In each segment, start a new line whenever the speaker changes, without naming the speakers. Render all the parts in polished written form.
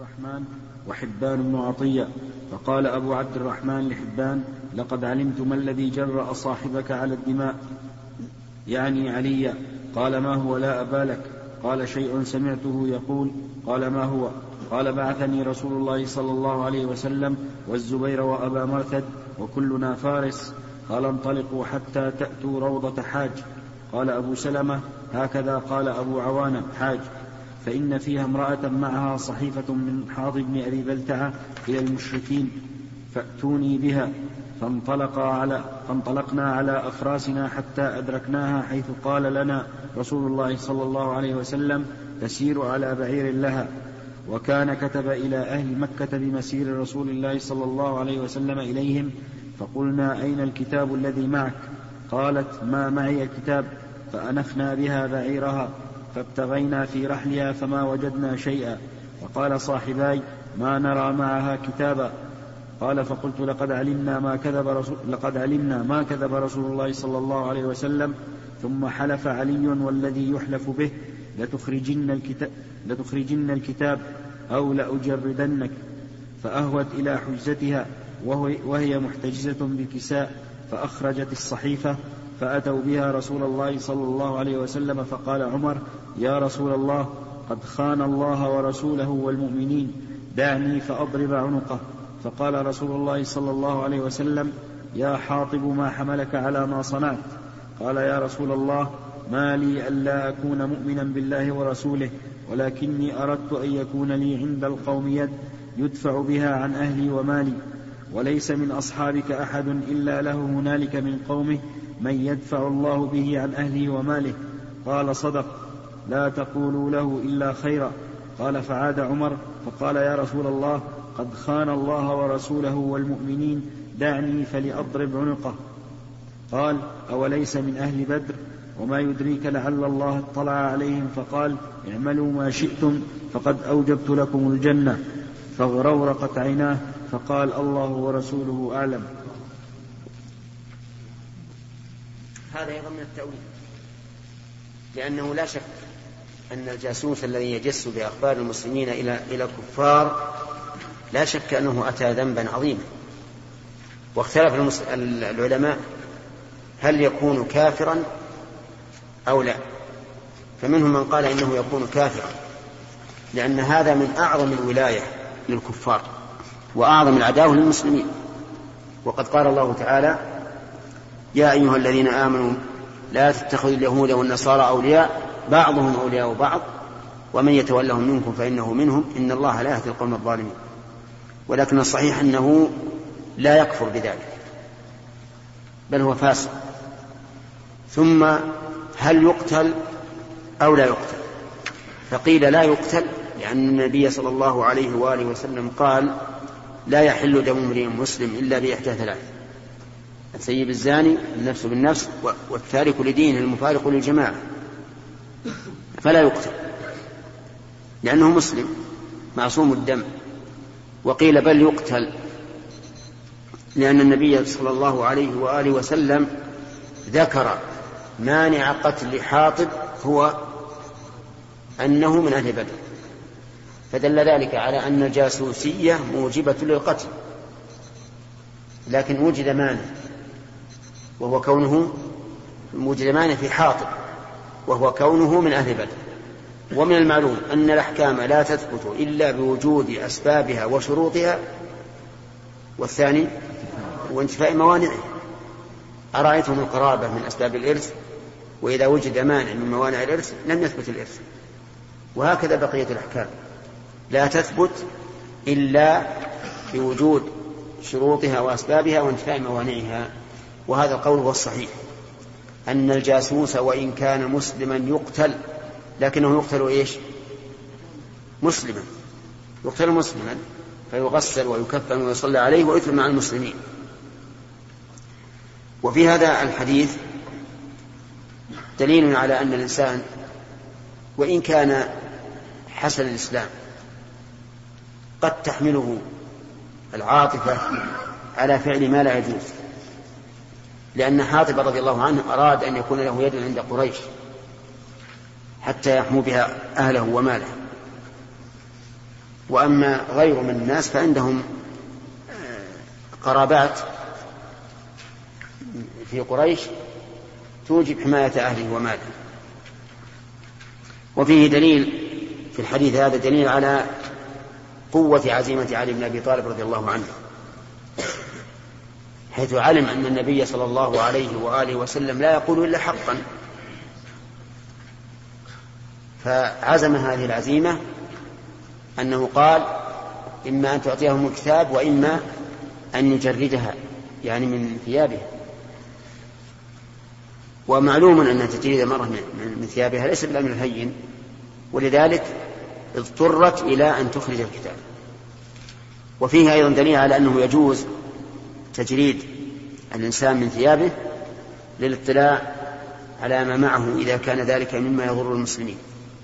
الرحمن وحبان بن عطية. فقال أبو عبد الرحمن لحبان: لقد علمت ما الذي جرأ صاحبك على الدماء، يعني عليا. قال: ما هو؟ لا أبا لك. قال: شيء سمعته يقول. قال: ما هو؟ قال: بعثني رسول الله صلى الله عليه وسلم والزبير وأبا مرثد وكلنا فارس. قال: انطلقوا حتى تأتوا روضة حاج. قال أبو سلمة: هكذا قال أبو عوانة حاج، فإن فيها امرأة معها صحيفة من حاض بن أبي بلتعة إلى المشركين، فأتوني بها. فانطلقنا على أفراسنا حتى أدركناها حيث قال لنا رسول الله صلى الله عليه وسلم: تسير على بعير لها. وكان كتب إلى أهل مكة بمسير رسول الله صلى الله عليه وسلم إليهم. فقلنا: أين الكتاب الذي معك؟ قالت: ما معي كتاب. فأنفنا بها بعيرها، فابتغينا في رحلها فما وجدنا شيئا. فقال صاحباي: ما نرى معها كتابا. قال: فقلت: لقد علمنا ما كذب رسول الله صلى الله عليه وسلم. ثم حلف علي والذي يحلف به: لتخرجن الكتاب أو لأجردنك. فأهوت إلى حجزتها وهي محتجزة بكساء، فأخرجت الصحيفة، فأتوا بها رسول الله صلى الله عليه وسلم. فقال عمر: يا رسول الله، قد خان الله ورسوله والمؤمنين، دعني فأضرب عنقه. فقال رسول الله صلى الله عليه وسلم: يا حاطب، ما حملك على ما صنعت؟ قال: يا رسول الله، ما لي ألا أكون مؤمنا بالله ورسوله، ولكني أردت أن يكون لي عند القوم يد يدفع بها عن أهلي ومالي، وليس من أصحابك أحد إلا له هنالك من قومه من يدفع الله به عن أهله وماله. قال: صدق، لا تقولوا له إلا خيرا. قال: فعاد عمر فقال: يا رسول الله، قد خان الله ورسوله والمؤمنين، دعني فلأضرب عنقه. قال: أوليس من أهل بدر؟ وما يدريك لعل الله اطلع عليهم فقال: اعملوا ما شئتم فقد أوجبت لكم الجنة. فاغرورقت عيناه فقال: الله ورسوله أعلم.
هذا أيضا من التأويل، لأنه لا شك أن الجاسوس الذي يجس بأخبار المسلمين إلى الكفار لا شك أنه أتى ذنبا عظيما. واختلف العلماء هل يكون كافرا أو لا، فمنهم من قال إنه يكون كافرا، لأن هذا من أعظم الولاية للكفار وأعظم العداوة للمسلمين. وقد قال الله تعالى: يا أيها الذين آمنوا لا تتخذوا اليهود والنصارى أولياء بعضهم أولياء بعض ومن يتولهم منكم فإنه منهم إن الله لا يهدي القوم الظالمين. ولكن الصحيح أنه لا يكفر بذلك، بل هو فاسق. ثم هل يقتل أو لا يقتل؟ فقيل لا يقتل، لأن النبي صلى الله عليه وآله وسلم قال: لا يحل دم امرئ مسلم إلا بإحدى ثلاث: الثيب الزاني، النفس بالنفس، والتارك لدينه المفارق للجماعة. فلا يقتل لأنه مسلم معصوم الدم. وقيل بل يقتل، لأن النبي صلى الله عليه وآله وسلم ذكر مانع قتل حاطب هو أنه من أهل بدر، فدل ذلك على أن الجاسوسية موجبة للقتل. لكن وجد مانع، وهو كونه وجد مانع في حاطب، وهو كونه من أهل بدر. ومن المعلوم أن الأحكام لا تثبت إلا بوجود أسبابها وشروطها، والثاني وانتفاء موانعه. أرأيتم القرابة من أسباب الإرث، وإذا وجد مانع من موانع الإرث لم يثبت الإرث. وهكذا بقية الأحكام لا تثبت إلا بوجود شروطها وأسبابها وانتفاء موانعها. وهذا القول هو الصحيح، أن الجاسوس وإن كان مسلما يقتل، لكنه يقتل إيش؟ مسلما، يقتل مسلما، فيغسل ويكفن ويصلى عليه ويثم مع المسلمين. وفي هذا الحديث دليل على أن الإنسان وإن كان حسن الإسلام قد تحمله العاطفة على فعل ما لا يجوز، لأن حاطب رضي الله عنه أراد أن يكون له يد عند قريش حتى يحمو بها أهله وماله، وأما غير من الناس فعندهم قرابات في قريش توجب حماية أهله وماله. وفيه دليل في الحديث هذا دليل على قوة عزيمة علي بن أبي طالب رضي الله عنه، حيث علم أن النبي صلى الله عليه وآله وسلم لا يقول إلا حقا، فعزم هذه العزيمة أنه قال إما أن تعطيهم الكتاب وإما أن يجردها، يعني من ثيابها. ومعلوم أن تجريد المرأة من ثيابها ليس بالأمر الهين، ولذلك اضطرت إلى أن تخرج الكتاب. وفيه أيضا دليل على أنه يجوز تجريد الإنسان من ثيابه للاطلاع على ما معه إذا كان ذلك مما يضر المسلمين،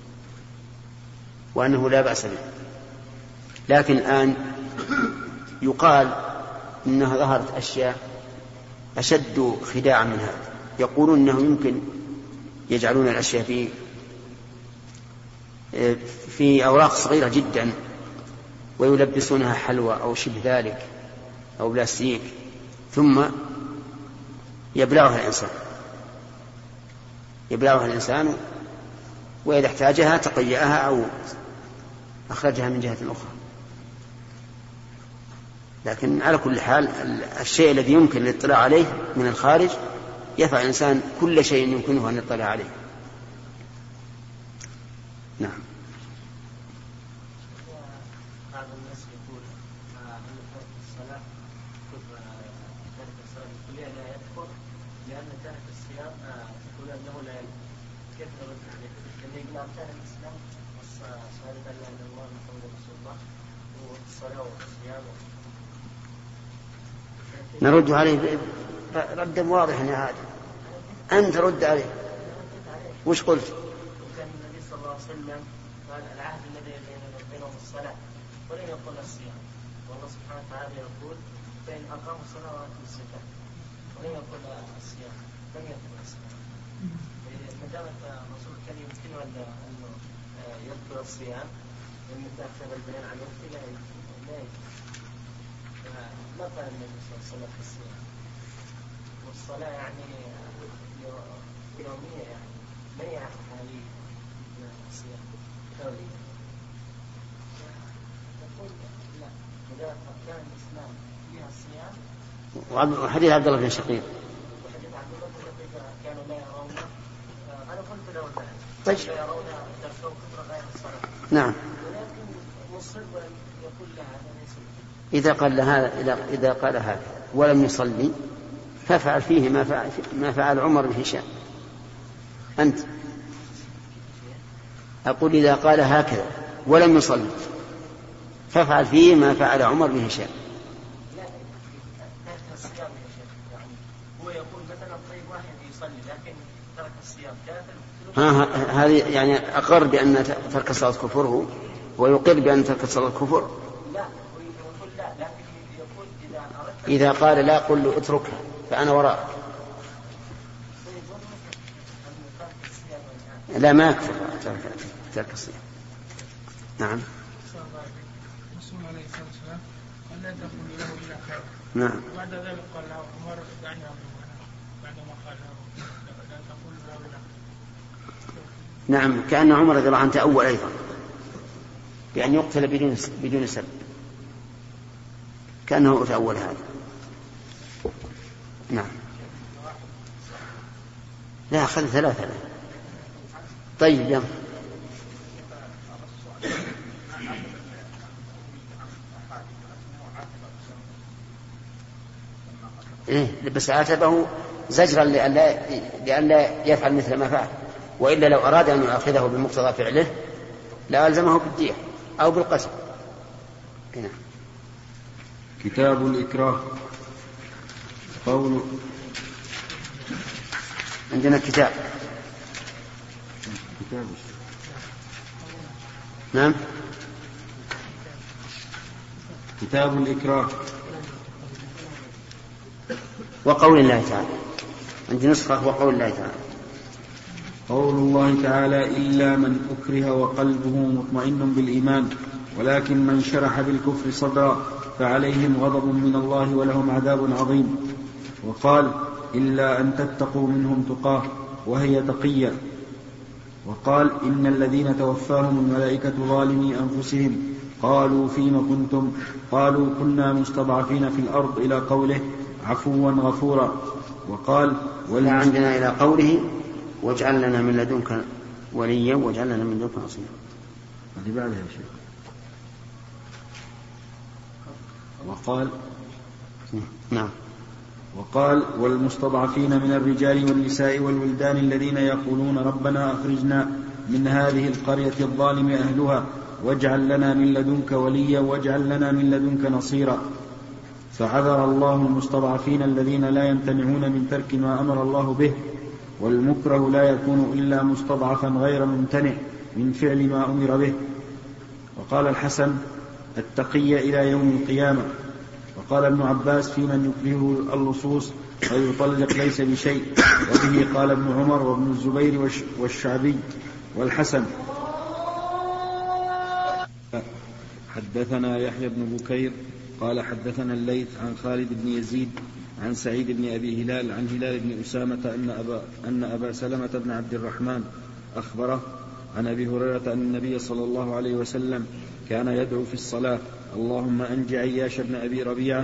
وأنه لا بأس به. لكن الآن يقال إنها ظهرت أشياء أشد خداعا من هذا، يقولون أنه يمكن يجعلون الأشياء في أوراق صغيرة جدا ويلبسونها حلوى أو شبه ذلك أو بلاستيك، ثم يبلعها الإنسان وإذا احتاجها تقيأها أو أخرجها من جهة أخرى. لكن على كل حال الشيء الذي يمكن الاطلاع عليه من الخارج يفعل الإنسان كل شيء يمكنه أن يطلع عليه. نعم.
بعض الناس يقول أن ترك الصلاة ترك الصلاة الكلية لا يكفر، لأن ترك الصيام تقول أنه لا يكفر. كيف نرد عليه؟ لأن يقول أركان الإسلام شهادة أن لا إله إلا الله محمد رسول الله والصلاة والصيام.
نرد عليه ردا واضحا يا هذا، أنت رد عليه. وش قلت؟
وكان النبي صلى الله عليه وسلم قال العهد الذي بينهم الصلاة ولم يقل الصيام، والله سبحانه وتعالى يقول فإن أقاموا الصلاة وآتوا الزكاة، ولم يقل الصيام، لم يقل الصيام. ما دامت الرسول كان يمكنه أن يذكر الصيام لأن تأخر البيان عن وقت لا يجوز. ما قال النبي صلى الله عليه وسلم في الصيام، والصلاة يعني يومية، يعني ما يعرف هذه الصيام ثورية. نقول لا، إذا أركان الإسلام فيها الصيام.
وحديث عبد الله بن شقيق
وحديث عبد الله بن شقيق كانوا لا يرون، أنا قلت له ذلك،
طيب.
لا يرون تركوا كفر غير الصلاة.
نعم.
ولكن مصر يقول لها هذا ليس بكفر.
إذا قال هذا ولم يصلي ففعل فيه ما فعل عمر بن هشام. أنت أقول إذا قال هكذا ولم يصلي ففعل فيه ما فعل عمر بن هشام.
لا، ترك الصيام يا شيخ، يعني هو يقول مثلا طيب واحد يصلي لكن ترك الصيام كافر.
هذه يعني أقر بأن ترك الصلاة كفره ويقر بأن ترك الصلاة كفر.
لا، يقول لا، لكن يقول
إذا قال لا قل له اتركها فأنا وراءك. لا، ما يكفر ترك الصيام. نعم.
الرسول عليه الصلاة والسلام قال لا تقول له إلا خير.
نعم.
بعد ذلك قال له عمر دعني بعدما قال له لا تقول له إلا خير.
نعم، كأن عمر رضي الله عنه تأول أيضا بأن يقتل بدون سبب، كأنه تأول هذا. نعم. لا، أخذ 3. طيب يلا. بس عاتبه زجرا لئلا يفعل مثل ما فعل، وإلا لو أراد أن يؤاخذه بمقتضى فعله لألزمه بالدية أو بالقتل. هنا.
كتاب الإكراه. قول
عندنا كتاب. نعم.
كتاب الإكراه.
وقول الله تعالى. عندي نسخة وقول الله تعالى.
قول الله تعالى إلا من أكره وقلبه مطمئن بالإيمان ولكن من شرح بالكفر صدرا فعليهم غضب من الله ولهم عذاب عظيم. وقال إلا أن تتقوا منهم تقاه وهي تقية. وقال إن الذين توفاهم الملائكة ظالمي أنفسهم قالوا فيم كنتم قالوا كنا مستضعفين في الأرض إلى قوله عفوا غفورا. وقال
عندنا إلى قوله واجعل لنا من لدنك وليا واجعل لنا من لدنك نصيرا.
هذه بعدها يا شيخ. وقال
نعم.
وقال والمستضعفين من الرجال والنساء والولدان الذين يقولون ربنا أخرجنا من هذه القرية الظالم أهلها واجعل لنا من لدنك وليا واجعل لنا من لدنك نصيرا. فعذر الله المستضعفين الذين لا يمتنعون من ترك ما أمر الله به. والمكره لا يكون إلا مستضعفا غير ممتنع من فعل ما أمر به. وقال الحسن التقي إلى يوم القيامة. وقال ابن عباس في من يكرهه اللصوص ويطلق ليس بشيء. وبه قال ابن عمر وابن الزبير والشعبي والحسن. حدثنا يحيى بن بكير قال حدثنا الليث عن خالد بن يزيد عن سعيد بن أبي هلال عن هلال بن أسامة أن أبا سلمة بن عبد الرحمن أخبره عن أبي هريرة أن النبي صلى الله عليه وسلم كان يدعو في الصلاة اللهم أنج عياش بن أبي ربيعة.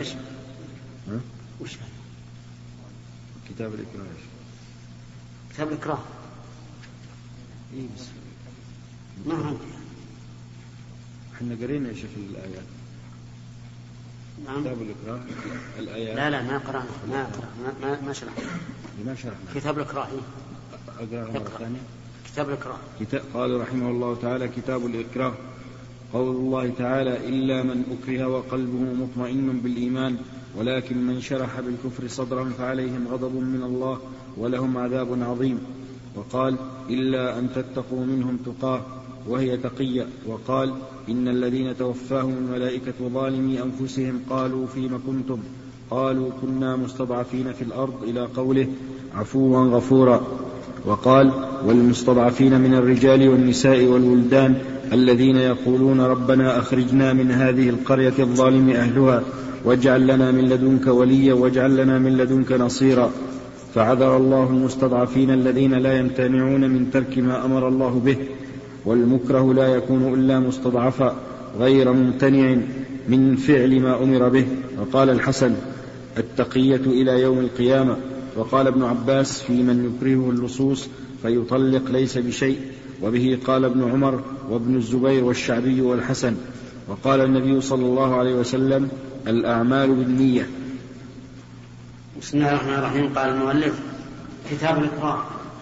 كتاب الإكراه.
كتاب الإكراه
إيه بس
ما عندي.
احنا قرينا ايش في الآيات.
نعم.
كتاب الإكراه الآيات.
لا ما قرأنا ما شرحنا. كتاب الإكراه.
أقرأ مرة ثانية.
كتاب الإكراه.
قال رحمه الله تعالى كتاب الإكراه. قول الله تعالى إلا من أكره وقلبه مطمئن بالإيمان ولكن من شرح بالكفر صدرا فعليهم غضب من الله ولهم عذاب عظيم. وقال إلا أن تتقوا منهم تقاه وهي تقية. وقال إن الذين توفاهم الملائكة ظالمي أنفسهم قالوا فيم كنتم قالوا كنا مستضعفين في الأرض إلى قوله عفوا غفورا. وقال والمستضعفين من الرجال والنساء والولدان الذين يقولون ربنا أخرجنا من هذه القرية الظالم أهلها واجعل لنا من لدنك وليا واجعل لنا من لدنك نصيرا. فعذر الله المستضعفين الذين لا يمتنعون من ترك ما أمر الله به. والمكره لا يكون إلا مستضعفا غير ممتنع من فعل ما أمر به. وقال الحسن التقية إلى يوم القيامة. وقال ابن عباس في من يكرهه اللصوص فيطلق ليس بشيء. وبه قال ابن عمر وابن الزبير والشعبي والحسن. وقال النبي صلى الله عليه وسلم الأعمال بالنية.
بسم الله الرحمن الرحيم. قال المؤلف كتاب الإكراه.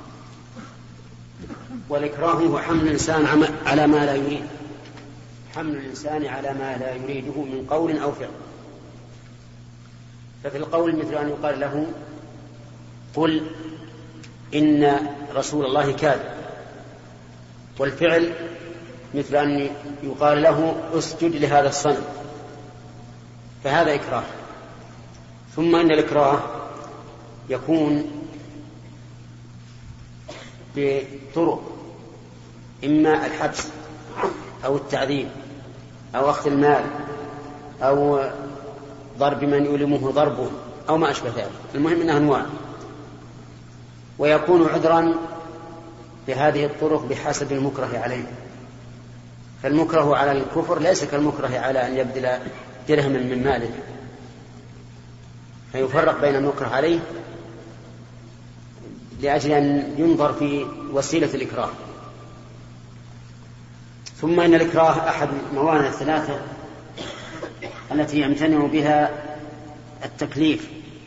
والإكراه هو حمل الإنسان على ما لا يريد. حمل الإنسان على ما لا يريده من قول أو فعل. ففي القول مثل أن يقال له قل إن رسول الله كاذب. والفعل مثل أن يقال له اسجد لهذا الصنم. فهذا إكراه. ثم إن الإكراه يكون بطرق إما الحبس أو التعذيب أو أخذ المال أو ضرب من يؤلمه ضربه أو ما أشبه ذلك. المهم أنها أنواع. ويكون عذرا بهذه الطرق بحسب المكره عليه. فالمكره على الكفر ليس كالمكره على أن يبذل درهما من ماله. فيفرق بين المكره عليه لأجل أن ينظر في وسيلة الإكراه. ثم إن الإكراه أحد الموانع الثلاثة التي يمتنع بها التكليف،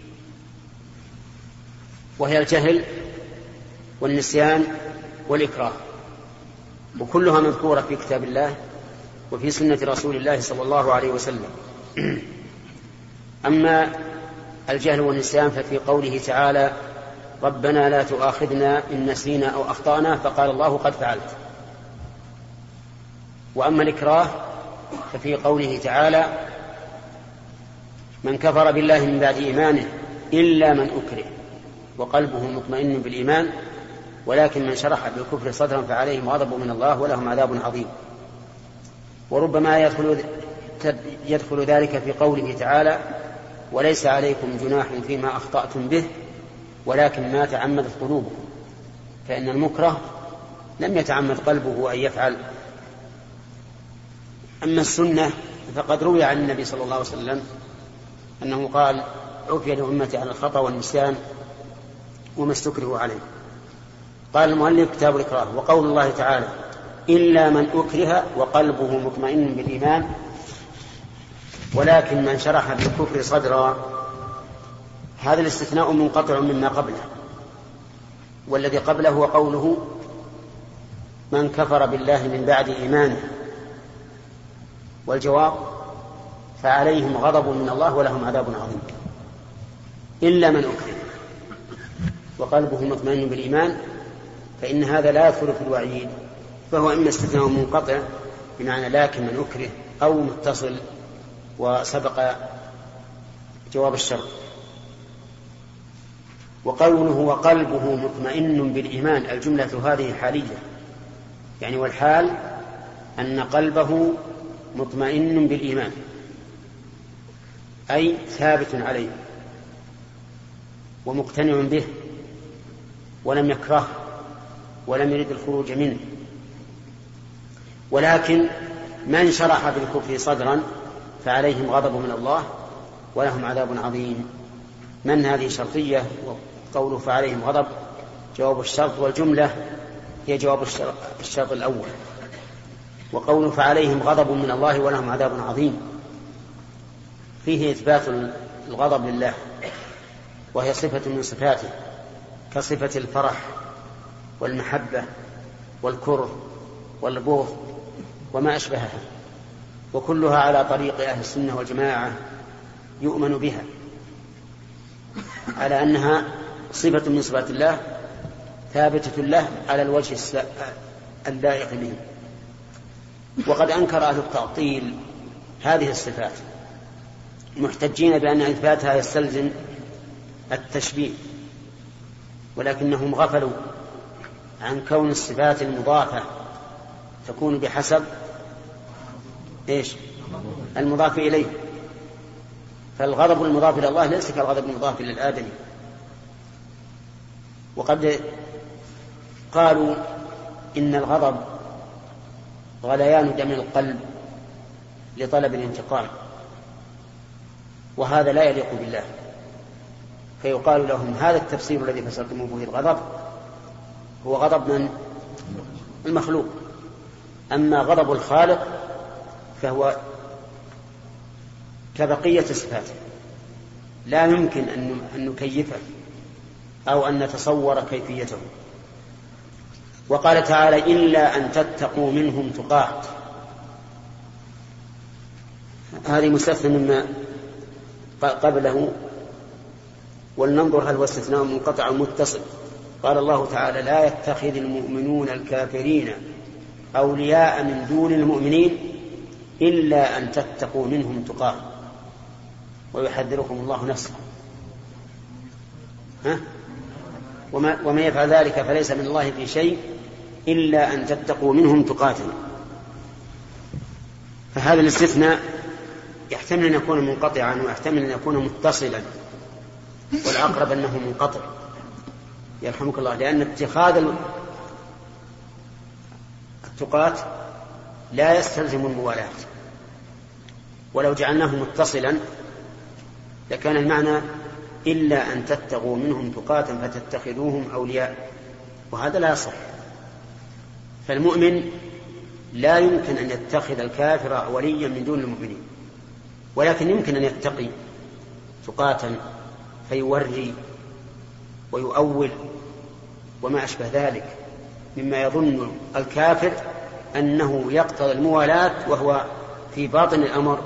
وهي الجهل والنسيان والإكراه، وكلها مذكورة في كتاب الله وفي سنة رسول الله صلى الله عليه وسلم. أما الجهل والنسيان ففي قوله تعالى ربنا لا تؤاخذنا إن نسينا أو أخطأنا فقال الله قد فعلت. وأما الإكراه ففي قوله تعالى من كفر بالله من بعد إيمانه إلا من أكره وقلبه مطمئن بالإيمان ولكن من شرح بالكفر صدرا فعليهم غضب من الله ولهم عذاب عظيم. وربما يدخل ذلك في قوله تعالى وليس عليكم جناح فيما أخطأتم به ولكن ما تعمدت قلوبكم، فإن المكره لم يتعمد قلبه أن يفعل. أما السنة فقد روي عن النبي صلى الله عليه وسلم أنه قال عفي لأمتي عن الخطأ والنسيان وما استكرهوا عليه. قال المؤلف كتاب الإكراه. وقول الله تعالى إلا من أكره وقلبه مطمئن بالإيمان ولكن من شرح بالكفر صدرا، هذا الاستثناء منقطع مما قبله، والذي قبله هو قوله من كفر بالله من بعد إيمانه، والجواب فعليهم غضب من الله ولهم عذاب عظيم. إلا من أكره وقلبه مطمئن بالإيمان فإن هذا لا يدخل في الوعيد، فهو إما استثناء منقطع بمعنى لكن من أكره أو متصل وسبق جواب الشرط. وقوله وقلبه مطمئن بالإيمان الجملة هذه حالية، يعني والحال أن قلبه مطمئن بالإيمان أي ثابت عليه ومقتنع به ولم يكره ولم يرد الخروج منه. ولكن من شرح بالكفر صدرا فعليهم غضب من الله ولهم عذاب عظيم. من هذه شرطية، وقوله فعليهم غضب جواب الشرط، والجملة هي جواب الشرط الأول. وقوله فعليهم غضب من الله ولهم عذاب عظيم فيه إثبات الغضب لله، وهي صفة من صفاته كصفة الفرح والمحبة والكره والبغض وما أشبهها، وكلها على طريق أهل السنة والجماعة يؤمن بها على أنها صفة من صفات الله ثابتة له على الوجه اللائق به. وقد أنكر أهل التعطيل هذه الصفات محتجين بأن إثباتها يستلزم التشبيه، ولكنهم غفلوا عن كون الصفات المضافة تكون بحسب المضاف إليه. فالغضب المضاف إلى الله ليس كالغضب المضاف إلى الآدمي. وقد قالوا إن الغضب غليان دم القلب لطلب الانتقام، وهذا لا يليق بالله، فيقال لهم هذا التفسير الذي فسرتموه به الغضب هو غضب من المخلوق، أما غضب الخالق فهو كبقية صفاته لا يمكن أن نكيفه أو أن نتصور كيفيته. وقال تعالى إلا أن تتقوا منهم تقاة، هذه مستثنى مما قبله، ولننظر هل هو استثناء منقطع متصل. قال الله تعالى لا يتخذ المؤمنون الكافرين أولياء من دون المؤمنين إلا أن تتقوا منهم تقاة ويحذركم الله نفسه. وما يفعل ذلك فليس من الله في شيء إلا أن تتقوا منهم تقاة. فهذا الاستثناء يحتمل أن يكون منقطعا ويحتمل أن يكون متصلا، والأقرب أنه منقطع يرحمك الله، لأن اتخاذ التقاة لا يستلزم الموالاة، ولو جعلناه متصلا لكان المعنى إلا أن تتقوا منهم تقاة فتتخذوهم أولياء، وهذا لا يصح. فالمؤمن لا يمكن أن يتخذ الكافر وليا من دون المؤمنين، ولكن يمكن أن يتقي تقاة فيوري ويؤول وما أشبه ذلك مما يظن الكافر أنه يقتضي الموالاة، وهو في باطن الأمر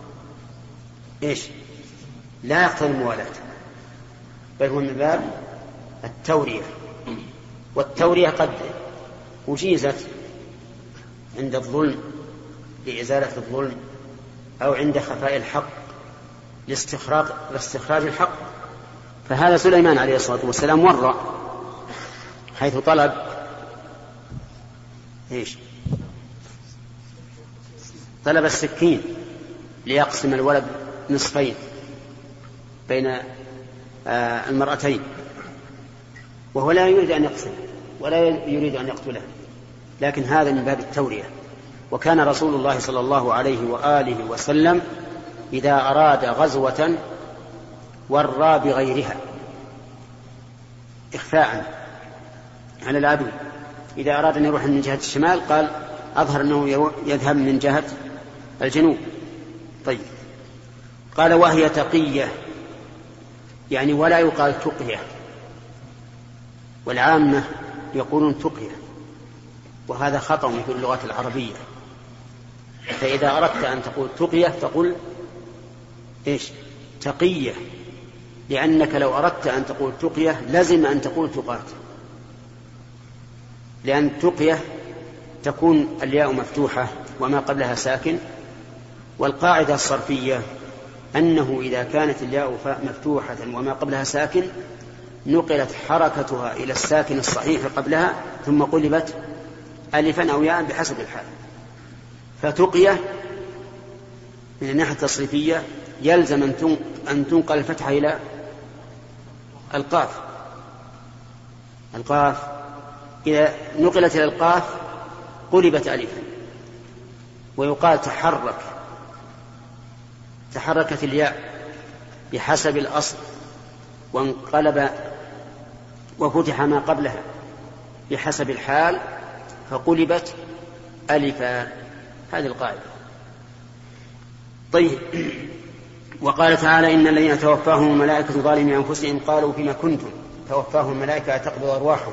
لا يقتضي الموالاة، بل هو من باب التورية. والتورية قد أجيزت عند الظلم لإزالة الظلم، أو عند خفاء الحق لاستخراج الحق. فهذا سليمان عليه الصلاة والسلام ورع حيث طلب طلب السكين ليقسم الولد نصفين بين المرأتين، وهو لا يريد أن يقسم ولا يريد أن يقتله، لكن هذا من باب التورية. وكان رسول الله صلى الله عليه وآله وسلم إذا أراد غزوة ورى بغيرها إخفاء على العدو. إذا أراد أن يروح من جهة الشمال قال أظهر أنه يذهب من جهة الجنوب. طيب، قال وهي تقية، يعني ولا يقال تقية، والعامة يقولون تقية، وهذا خطأ في اللغة العربية. فإذا أردت أن تقول تقية تقول إيش؟ تقية، لأنك لو أردت أن تقول تقية لازم أن تقول تقات، لأن تقية تكون الياء مفتوحة وما قبلها ساكن، والقاعدة الصرفية أنه إذا كانت الياء مفتوحة وما قبلها ساكن نقلت حركتها إلى الساكن الصحيح قبلها ثم قلبت ألفا أو ياء بحسب الحال. فتقية من الناحية التصريفية يلزم أن تنقل الفتحة إلى القاف. القاف إذا نقلت إلى القاف قلبت ألفا، ويقال تحركت الياء بحسب الأصل وانقلب وفتح ما قبلها بحسب الحال فقلبت ألفا. هذه القاعدة. طيب، وقال تعالى إن الذين توفاهم الملائكة ظالمي أنفسهم قالوا فيما كنتم، توفاهم الملائكة تقبض أرواحهم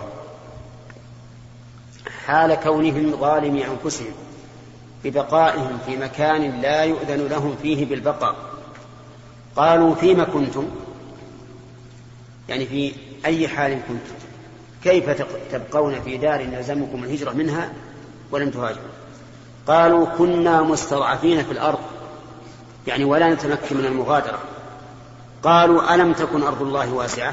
حال كونهم ظالمي أنفسهم ببقائهم في مكان لا يؤذن لهم فيه بالبقاء. قالوا فيما كنتم، يعني في أي حال كنتم، كيف تبقون في دار يلزمكم الهجرة منها ولم تهاجروا؟ قالوا كنا مستضعفين في الأرض، يعني ولا نتمكن من المغادرة. قالوا ألم تكن أرض الله واسعة،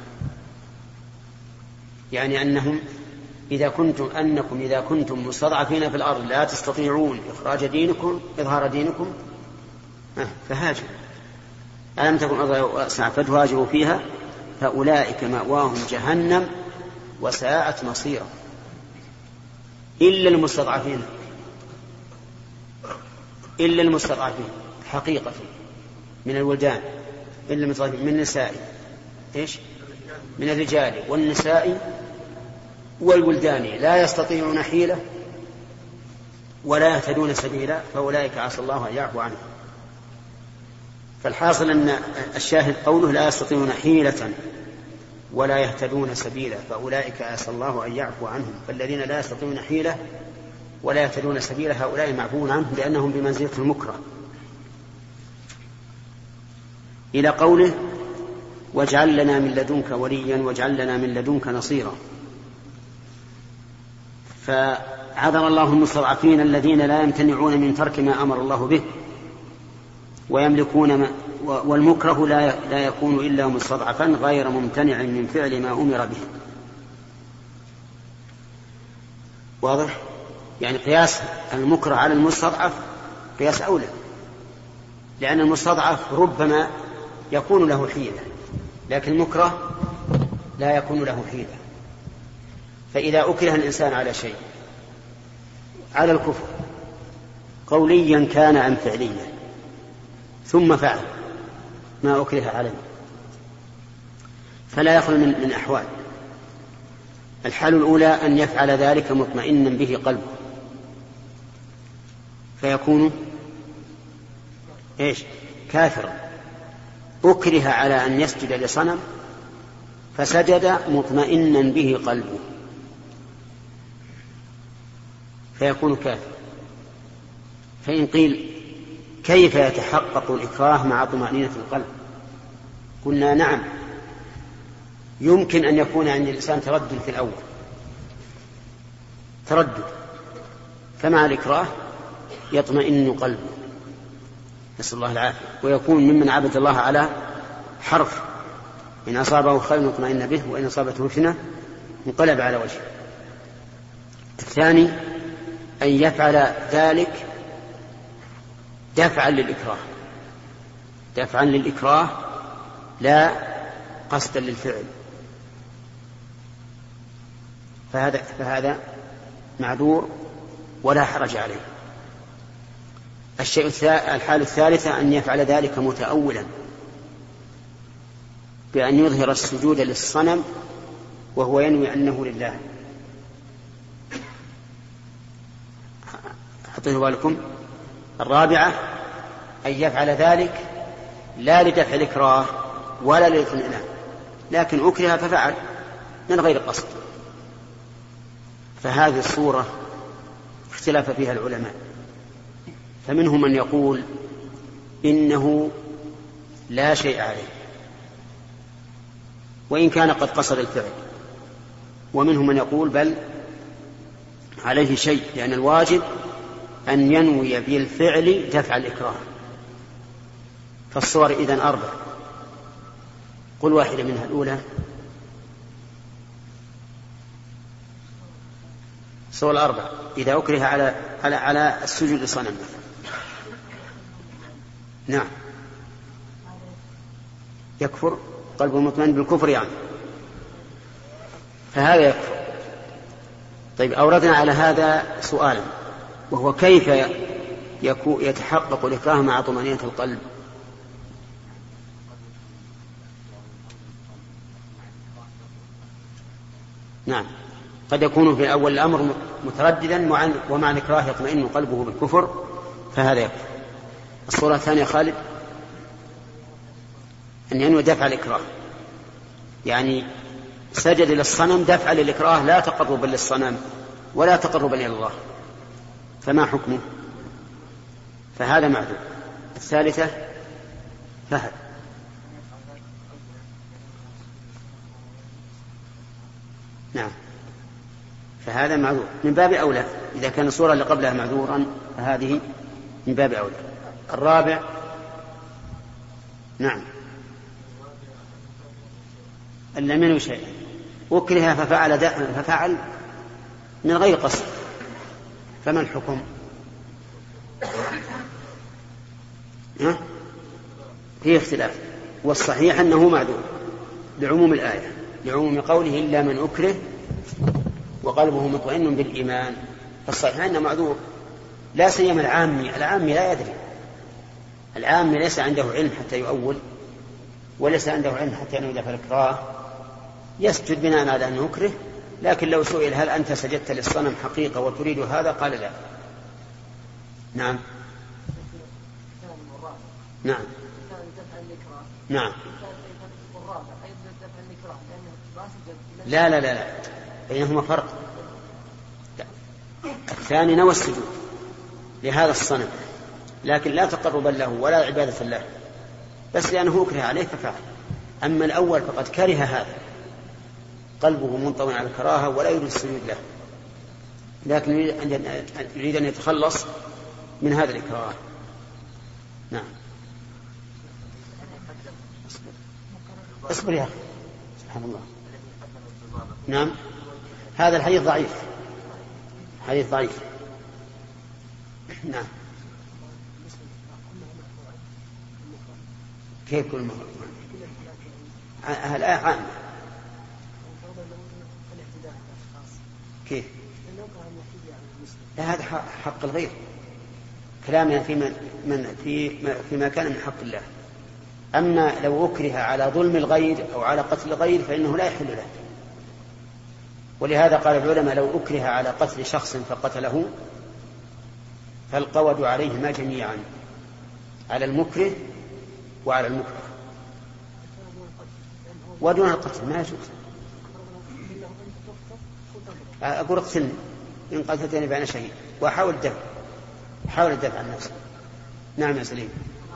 يعني أنكم إذا كنتم مستضعفين في الأرض لا تستطيعون إظهار دينكم فهاجروا. ألم تكن أرض الله واسعة فتهاجروا فيها فأولئك مأواهم جهنم وساءت مصيرا إلا المستضعفين حقيقة من الولدان، إلا المستضعفين من النساء، من الرجال والنساء والولدان لا يستطيعون حيلة ولا يهتدون سبيلا فأولئك عسى الله أن يعفو عنهم. فالحاصل أن الشاهد قوله لا يستطيعون حيلة ولا يهتدون سبيلا فأولئك عسى الله أن يعفو عنهم. فالذين لا يستطيعون حيلة ولا يهتدون سبيلا هؤلاء معفون عنهم لأنهم بمنزلة المكره. إلى قوله واجعل لنا من لدنك وليا واجعل لنا من لدنك نصيرا. فعذر الله المستضعفين الذين لا يمتنعون من ترك ما أمر الله به ويملكون والمكره لا يكون إلا مستضعفا غير ممتنع من فعل ما أمر به. واضح؟ يعني قياس المكره على المستضعف قياس أولى، لأن المستضعف ربما يكون له حيلة لكن المكره لا يكون له حيلة. فإذا أكره الإنسان على شيء، على الكفر قوليا كان أم فعليا، ثم فعل ما أكره عليه، فلا يخلو من أحوال. الحال الأولى أن يفعل ذلك مطمئنا به قلبه فيكون كافرا. أكره على أن يسجد لصنم فسجد مطمئنا به قلبه فيكون كافر. فإن قيل كيف يتحقق الإكراه مع طمأنينة القلب؟ قلنا نعم، يمكن أن يكون عند الإنسان تردد في الأول، تردد، فمع الإكراه يطمئن قلبه، نسأل الله العافية، ويكون ممن عبد الله على حرف، إن أصابه خير اطمئن به وإن أصابته فتنة انقلب على وجهه. الثاني أن يفعل ذلك دفعا للإكراه لا قصدا للفعل، فهذا معذور ولا حرج عليه. الحالة الثالثة أن يفعل ذلك متأولا بأن يظهر السجود للصنم وهو ينوي أنه لله. حطيه بالكم. الرابعة أن يفعل ذلك لا لدفع الإكراه ولا للاطمئنان، لكن أكره ففعل من غير قصد. فهذه الصورة اختلف فيها العلماء، فمنهم من يقول إنه لا شيء عليه وإن كان قد قصد الفعل، ومنهم من يقول بل عليه شيء، لأن الواجب أن ينوي بالفعل دفع الإكراه. فالصور إذن 4، قل واحدة منها. الأولى صور 4 إذا أكره على السجود لصنم. نعم، يكفر، قلبه مطمئن بالكفر يعني، فهذا يكفر. طيب، أوردنا على هذا سؤالا، وهو كيف يتحقق الإكراه مع طمأنينة القلب؟ نعم، قد يكون في أول الأمر مترددا ومع الإكراه يطمئن قلبه بالكفر، فهذا يكفر. الصورة الثانية خالد، أن ينوي دفع الإكراه، يعني سجد للصنم دفع للإكراه لا تقربا للصنم ولا تقربا إلى الله، فما حكمه؟ فهذا معذور. الثالثة فهد. نعم، فهذا معذور من باب أولى، إذا كان الصورة اللي قبلها معذورا فهذه من باب أولى. الرابع نعم، أن لم ينوي شيئا، أكره ففعل من غير قصد، فما الحكم؟ فيه اختلاف، والصحيح أنه معذور لعموم الآية، لعموم قوله إلا من أكره وقلبه مطمئن بالإيمان. فالصحيح أنه معذور، لا سيما العامي لا يدري، العامي ليس عنده علم حتى يؤول، وليس عنده علم حتى ينوي دفع الإكراه، يسجد بناء على أنه أكره. لكن لو سئل هل أنت سجدت للصنم حقيقة وتريد هذا؟ قال لا. نعم نعم نعم. لا لا لا لا، بينهما فرق. الثاني نوى السجود لهذا الصنم لكن لا تقربا له ولا عبادة له، بس لأنه أكره عليه ففعل. أما الأول فقد كره هذا، قلبه منطوي على الكراهة ولا يريد السجود له، لكن يريد أن يتخلص من هذا الإكراه. نعم. اصبر يا أخي، سبحان الله. نعم، هذا الحديث ضعيف، حديث ضعيف. نعم. كيف كل مرة؟ الآية عامة. كيف؟ لا، هذا حق الغير، كلامنا فيما كان من حق الله. أما لو أكره على ظلم الغير أو على قتل الغير فإنه لا يحل له. ولهذا قال العلماء لو أكره على قتل شخص فقتله فالقود عليهما جميعا، على المكره وعلى المكره، ودون القتل ما يجوز. أقول اقتلني إن قتلتني فأنا شهيد، وأحاول الدفع عن نفسي. نعم يا سليم.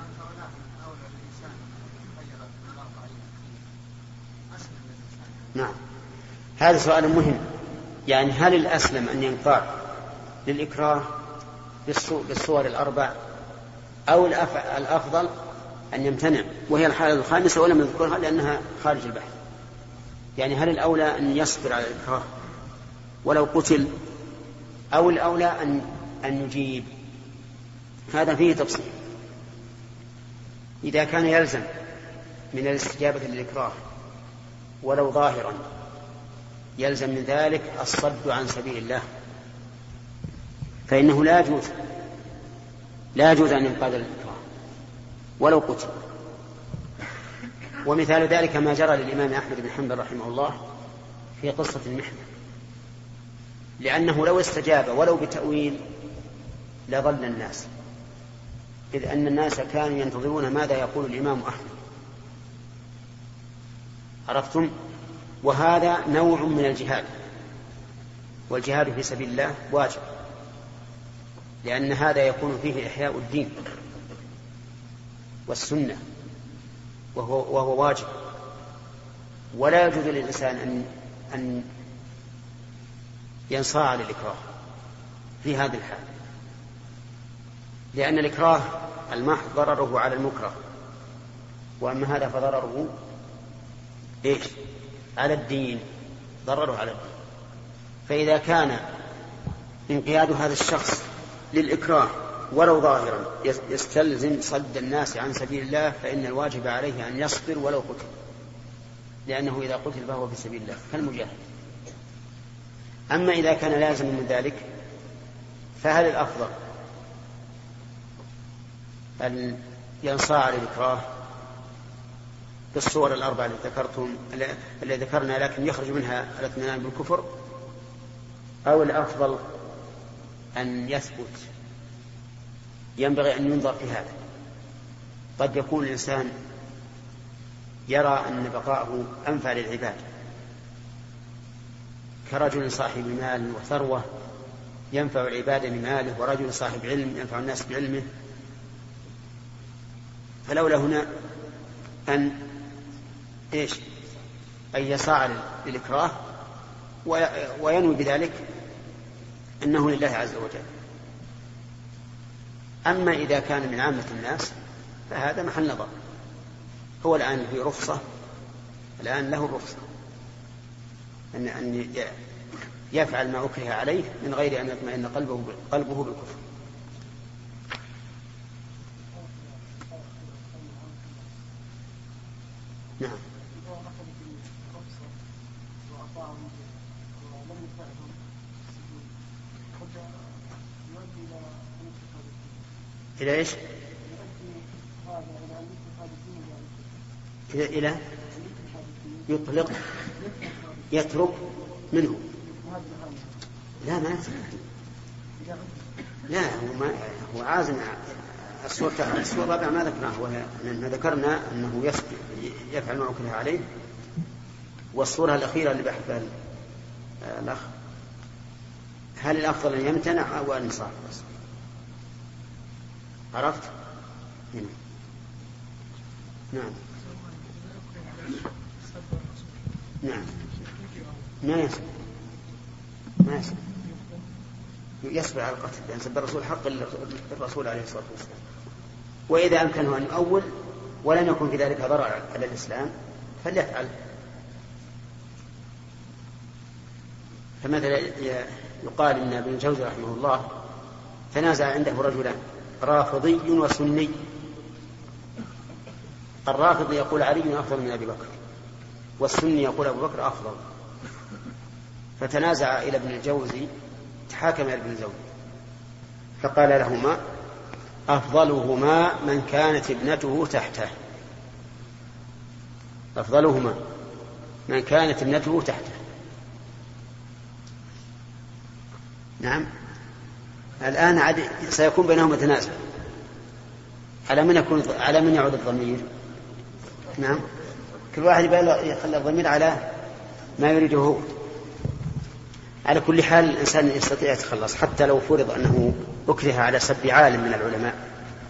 نعم، هذا سؤال مهم. يعني هل الأسلم أن ينقاد للإكراه بالصور الأربع، أو الأفضل أن يمتنع؟ وهي الحالة الخامسة ولم نذكرها لأنها خارج البحث. يعني هل الأولى أن يصبر على الإكراه ولو قتل، أو الأولى أن يجيب؟ هذا فيه تفصيل. إذا كان يلزم من الاستجابة للإكراه ولو ظاهرا يلزم من ذلك الصد عن سبيل الله، فإنه لا يجوز أن ينقاد الإكراه ولو قتل. ومثال ذلك ما جرى للإمام أحمد بن حنبل رحمه الله في قصة المحنة، لأنه لو استجاب ولو بتأويل لضل الناس، إذ أن الناس كانوا ينتظرون ماذا يقول الإمام أحمد. عرفتم؟ وهذا نوع من الجهاد، والجهاد في سبيل الله واجب، لأن هذا يكون فيه إحياء الدين والسنة، وهو واجب. ولا يجوز للإنسان أن ينصاع للإكراه في هذه الحال، لأن الإكراه المحض ضرره على المكره، وأما هذا فضرره على الدين، ضرره على الدين. فإذا كان انقياد هذا الشخص للإكراه ولو ظاهرا يستلزم صد الناس عن سبيل الله، فإن الواجب عليه أن يصبر ولو قتل، لأنه إذا قتل فهو في سبيل الله كالمجاهد. أما إذا كان لازم من ذلك فهل الأفضل أن ينصاع للإكراه بالصور الأربعة اللي ذكرنا لكن يخرج منها الاثنان بالكفر، أو الأفضل أن يثبت؟ ينبغي أن ينظر في هذا. قد يكون الإنسان يرى أن بقاءه أنفع للعباد، كرجل صاحب مال وثروة ينفع العباد بماله، ورجل صاحب علم ينفع الناس بعلمه، فلولا هنا أن يسعى للإكراه وينوي بذلك أنه لله عز وجل. أما إذا كان من عامة الناس فهذا محل نظر. هو الآن في رخصة، الآن له الرخصة أن يفعل ما أكره عليه من غير أن يطمئن قلبه بالكفر. نعم. إلى إيش؟ إلى يطلق يترك منه. لا ما يترك. لا هو عازم. الصورة الرابعة ما ذكرناه، ما ذكرنا أنه يفعل ما أكره عليه. والصورة الأخيرة اللي بحثها الأخ، هل الأفضل أن يمتنع أو أن يصاحب؟ عرفت؟ هنا. نعم. نعم. ما يصبر على القتل، لأن سب الرسول حق الرسول عليه الصلاة والسلام. وإذا أمكنه أن يؤول ولم يكن في ذلك ضرر على الإسلام فليفعل. فمثلا يقال إن ابن الجوزي رحمه الله تنازع عنده رجلان، رافضي وسني. الرافضي يقول علي أفضل من أبي بكر، والسني يقول أبو بكر أفضل. فتنازع إلى ابن الجوزي، تحاكم إلى ابن الجوزي فقال لهما أفضلهما من كانت ابنته تحته. أفضلهما من كانت ابنته تحته. نعم. الآن سيكون بينهما تنازع. على من يعود الضمير؟ نعم. كل واحد يخلي الضمير على ما يريده هو. على كل حال الإنسان يستطيع يتخلص، حتى لو فرض أنه أكره على سب عالم من العلماء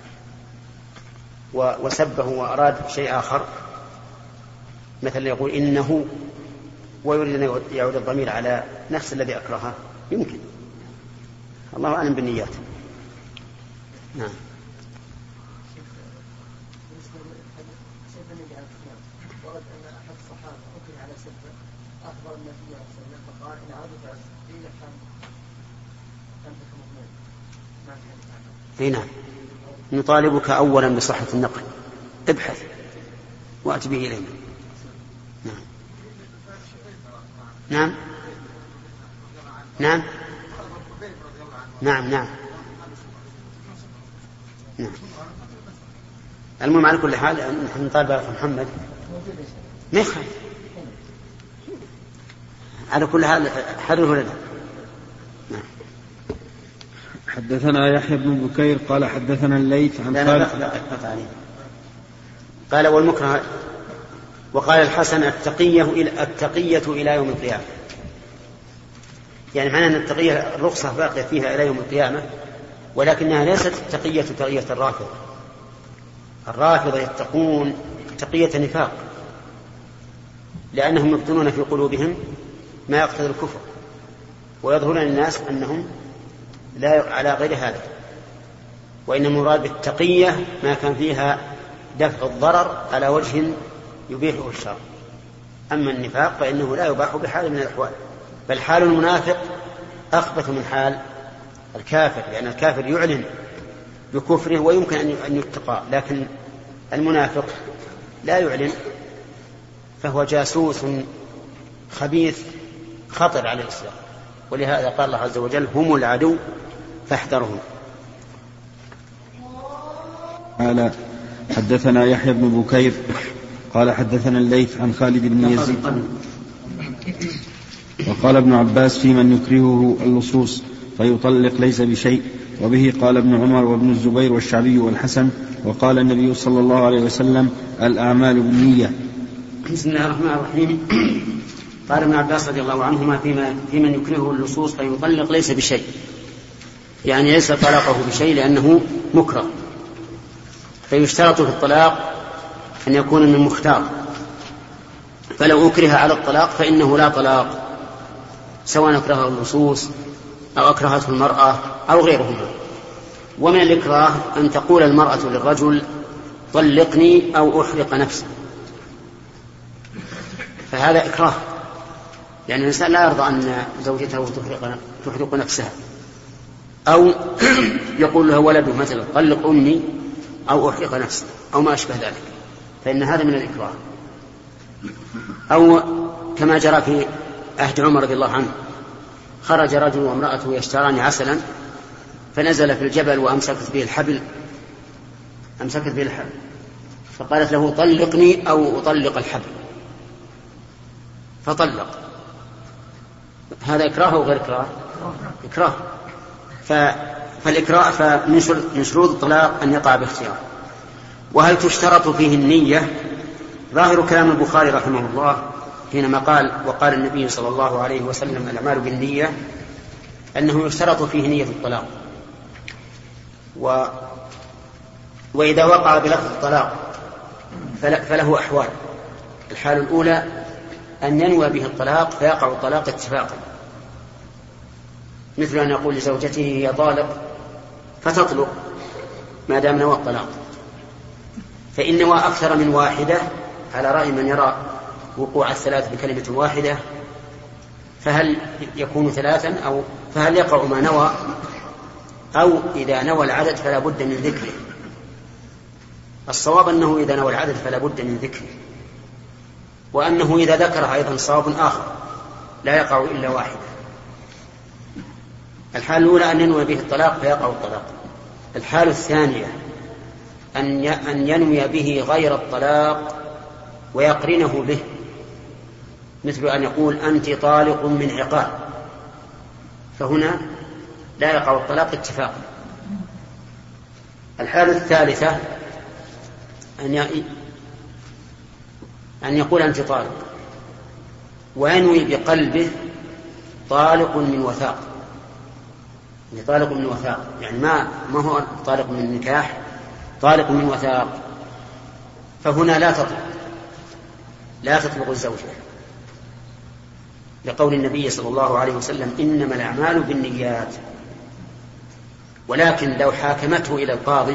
وسبه وأراد شيء آخر، مثلا يقول إنه، ويريد أن يعود الضمير على نفس الذي أكرهه، يمكن. الله أعلم بالنيات. نعم.
ورد أن أحد الصحابة أكره على سبه أخبر النبي صلى الله عليه وسلم فقال إن عرضت على السبيل كان مؤمن.
نعم. نطالبك أولا بصحة النقل. ابحث وأت به إلينا. نعم نعم نعم نعم نعم. المهم على كل حال نحن نطالب أخي محمد ما يخالف، على كل حال حرره لنا. نعم.
حدثنا يحيى بن بكير قال حدثنا الليث عن خالد.
قال والمكره. وقال الحسن التقية إلى يوم القيامة، يعني معنى أن التقية الرخصة باقية فيها إلى يوم القيامة، ولكنها ليست التقية تقية الرافضة. الرافضة يتقون تقية نفاق، لأنهم يبطنون في قلوبهم ما يقتضي الكفر، ويظهرون للناس أنهم لا على غير هذا، وإن المراد بالتقية ما كان فيها دفع الضرر على وجه يبيحه الشرع. أما النفاق فإنه لا يباح بحال من الأحوال، بل حال المنافق أخبث من حال الكافر، لأن الكافر يعلن بكفره ويمكن أن يتقى، لكن المنافق لا يعلن، فهو جاسوس خبيث خطر على الإسلام. ولهذا قال الله عز وجل هم العدو فاحذرهم.
قال حدثنا يحيى بن بكير قال حدثنا الليث عن خالد بن يزيد. وقال ابن عباس في من يكرهه اللصوص فيطلق ليس بشيء، وبه قال ابن عمر وابن الزبير والشعبي والحسن. وقال النبي صلى الله عليه وسلم الأعمال بالنية.
بسم الله الرحمن الرحيم. قال ابن عباس رضي الله عنهما في من يكرهه اللصوص فيطلق ليس بشيء، يعني ليس طلاقه بشيء لأنه مكره، فيشترط في الطلاق أن يكون من مختار، فلو أكره على الطلاق فإنه لا طلاق، سواء أكرهه اللصوص أو أكرهته المرأة أو غيرهما. ومن الإكراه أن تقول المرأة للرجل طلقني أو أحرق نفسي، فهذا إكراه، لأن الإنسان لا يرضى أن زوجته تحرق نفسها. أو يقول له ولده مثلا طلق أمي أو أحرق نفسي أو ما أشبه ذلك، فإن هذا من الإكراه. أو كما جرى في عهد عمر رضي الله عنه، خرج رجل وامرأته يشتران عسلا، فنزل في الجبل وأمسكت به الحبل، فقالت له طلقني أو أطلق الحبل، فطلق. هذا إكراه أو غير إكراه؟ إكراه. فالإكراه فمن شروط الطلاق أن يقع باختيار. وهل تشترط فيه النية؟ ظاهر كلام البخاري رحمه الله حينما قال وقال النبي صلى الله عليه وسلم الأعمال بالنية، أنه يشترط فيه نية الطلاق. وإذا وقع بلفظ الطلاق فله أحوال. الحال الأولى أن ينوى به الطلاق فيقع الطلاق اتفاقا، مثل أن يقول لزوجته هي طالق فتطلق ما دام نوى الطلاق. فإن نوى أكثر من واحدة على رأي من يرى وقوع الثلاث بكلمة واحدة، فهل يكون ثلاثا أو فهل يقع ما نوى، أو إذا نوى العدد فلا بد من ذكره. الصواب أنه إذا نوى العدد فلا بد من ذكره، وأنه إذا ذكر أيضا صواب آخر لا يقع إلا واحدة. الحال الأولى أن ينوي به الطلاق فيقع الطلاق. الحال الثانية أن ينوي به غير الطلاق ويقرنه به، مثل أن يقول أنت طالق من عقال، فهنا لا يقع الطلاق اتفاقا. الحالة الثالثة أن يقول أنت طالق وينوي بقلبه طالق من وثاق، طالق من وثاق، يعني ما هو طالق من نكاح، طالق من وثاق، فهنا لا تطلق الزوجة، لقول النبي صلى الله عليه وسلم إنما الأعمال بالنيات. ولكن لو حاكمته إلى القاضي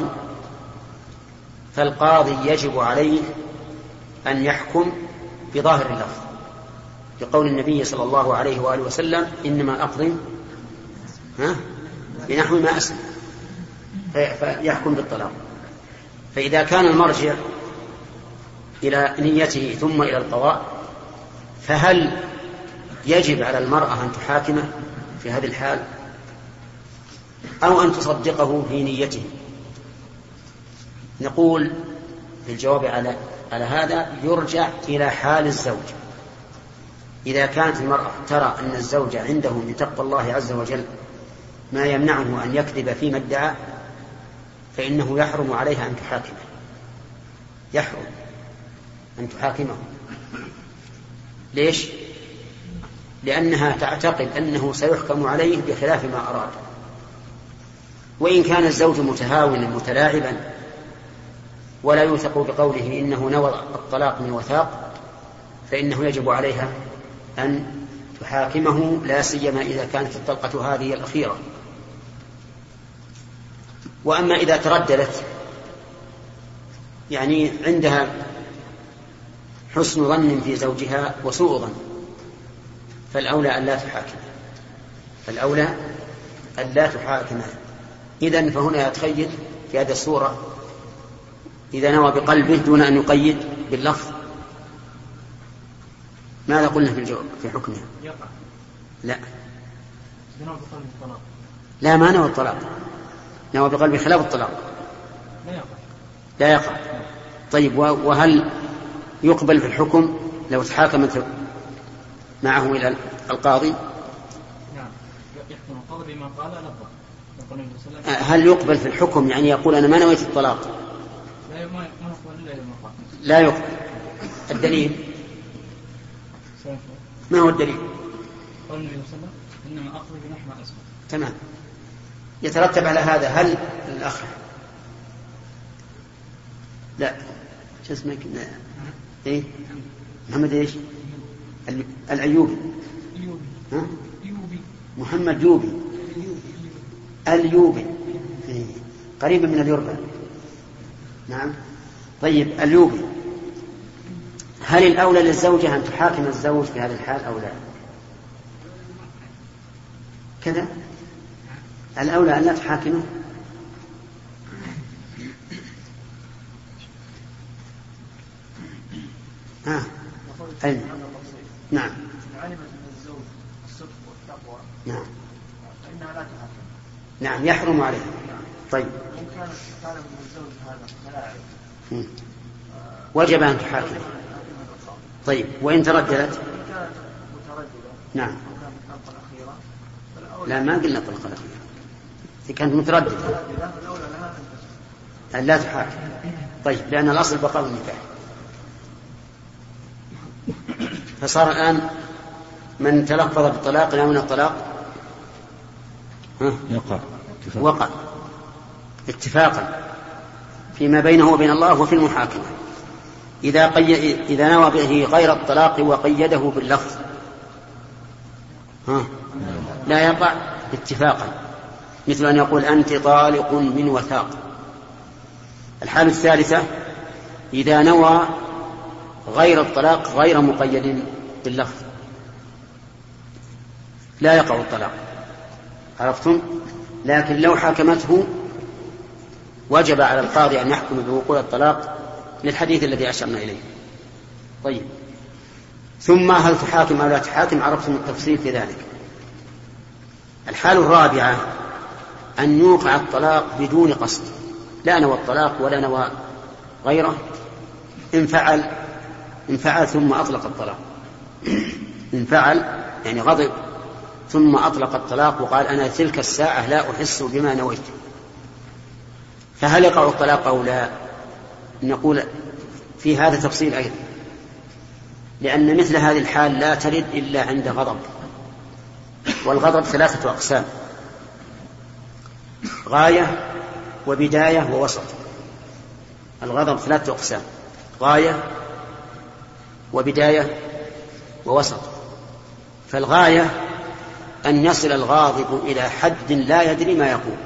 فالقاضي يجب عليه أن يحكم بظاهر اللفظ، لقول النبي صلى الله عليه وآله وسلم إنما أقضي بنحو ما أسلم، فيحكم بالطلاق. فإذا كان المرجع إلى نيته ثم إلى القضاء، فهل يجب على المرأة أن تحاكمه في هذه الحال أو أن تصدقه في نيته؟ نقول في الجواب على هذا يرجع إلى حال الزوج. إذا كانت المرأة ترى أن الزوج عنده من تقوى الله عز وجل ما يمنعه أن يكذب فيما ادعى، فإنه يحرم عليها أن تحاكمه، يحرم أن تحاكمه. ليش؟ لأنها تعتقد أنه سيحكم عليه بخلاف ما أراد. وإن كان الزوج متهاونا متلاعبا ولا يوثق بقوله إنه نوى الطلاق من وثاق، فإنه يجب عليها أن تحاكمه، لا سيما إذا كانت الطلقة هذه الأخيرة. وأما إذا ترددت يعني عندها حسن ظن في زوجها وسوء ظن، فالأولى أن لا تحاكمه، فالأولى أن لا تحاكمه. إذن فهنا يتخيل في هذه الصورة إذا نوى بقلبه دون أن يقيد باللفظ، ماذا قلنا في حكمها؟ لا ما نوى الطلاق، نوى بقلبه خلاف الطلاق لا يقع. طيب وهل يقبل في الحكم لو تحاكمت معه إلى القاضي؟ هل يقبل في الحكم يعني يقول أنا ما نويت الطلاق؟ لا يقبل. الدليل ما هو الدليل؟ تمام. يترتب على هذا هل الأخ لا شو اسمك إيه محمد إيش الأيوبي ها؟ محمد يوبي اليوبي قريب من اليربع. نعم. طيب اليوبي، هل الأولى للزوجة أن تحاكم الزوج في هذا الحال أو لا؟ كذا الأولى أن لا تحاكمه. نعم.
علمت من الزوج الصدق والتقوى
نعم
فإنها لا تحاكم.
نعم يحرم عليه. طيب
إن كانت تعلم من الزوج هذا ملاعب
وجب أن تحاكم. طيب وإن ترددت؟
إن كانت مترددة
نعم.
وكانت الطلقة الأخيرة
لا ما قلنا الطلقة الأخيرة، إذا كانت مترددة
الأولى لها
أن لا تحاكم. طيب لأن الأصل بقاء النكاح. فصار الآن من تلفظ بالطلاق لا من الطلاق وقع اتفاقا فيما بينه وبين الله وفي المحاكمة. إذا نوى به غير الطلاق وقيده باللفظ لا يقع اتفاقا، مثل أن يقول أنت طالق من وثاق. الحالة الثالثة إذا نوى غير الطلاق غير مقيد باللفظ لا يقع الطلاق، عرفتم؟ لكن لو حاكمته وجب على القاضي أن يحكم بوقوع الطلاق للحديث الذي أشرنا إليه. طيب ثم هل تحاكم أو لا تحاكم؟ عرفتم التفصيل في ذلك. الحالة الرابعة أن يوقع الطلاق بدون قصد، لا نوى الطلاق ولا نوى غيره، انفعل ثم أطلق الطلاق انفعل يعني غضب ثم أطلق الطلاق وقال أنا تلك الساعة لا أحس بما نويت، فهل يقع الطلاق أو لا؟ نقول في هذا تفصيل أيضا، لأن مثل هذه الحال لا ترد إلا عند غضب، والغضب ثلاثة أقسام: غاية وبداية ووسط. الغضب ثلاثة أقسام: غاية وبداية ووسط. فالغاية أن يصل الغاضب إلى حد لا يدري ما يقول،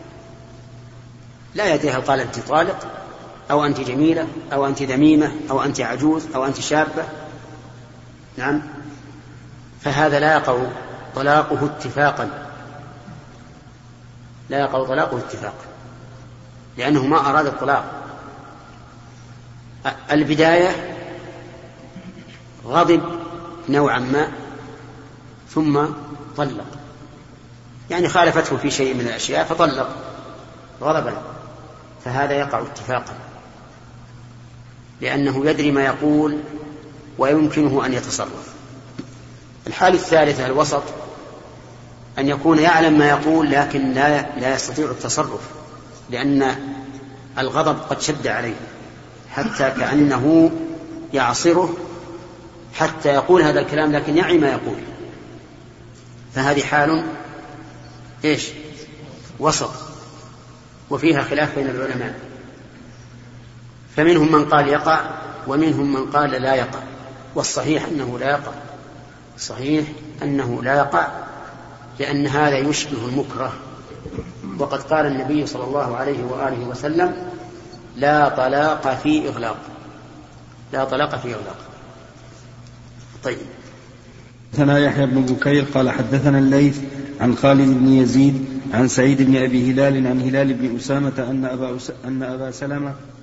لا يدري هل قال أنت طالق أو أنت جميلة أو أنت ذميمة أو أنت عجوز أو أنت شابة. نعم. فهذا لا يقع طلاقه اتفاقا، لا يقع طلاقه اتفاقا، لأنه ما أراد الطلاق. البداية غضب نوعا ما ثم طلق، يعني خالفته في شيء من الأشياء فطلق غضبا، فهذا يقع اتفاقا لأنه يدري ما يقول ويمكنه أن يتصرف. الحال الثالثة الوسط، أن يكون يعلم ما يقول لكن لا يستطيع التصرف لأن الغضب قد شد عليه حتى كأنه يعصره حتى يقول هذا الكلام لكن يعي ما يقول، فهذه حال وسط وفيها خلاف بين العلماء، فمنهم من قال يقع ومنهم من قال لا يقع، والصحيح أنه لا يقع، صحيح أنه لا يقع لأن هذا يشبه المكره، وقد قال النبي صلى الله عليه وآله وسلم لا طلاق في إغلاق، لا طلاق في إغلاق. طيب.
حدثنا يحيى بن بكير قال حدثنا الليث عن خالد بن يزيد عن سعيد بن أبي هلال عن هلال بن أسامة أن أبا سلمة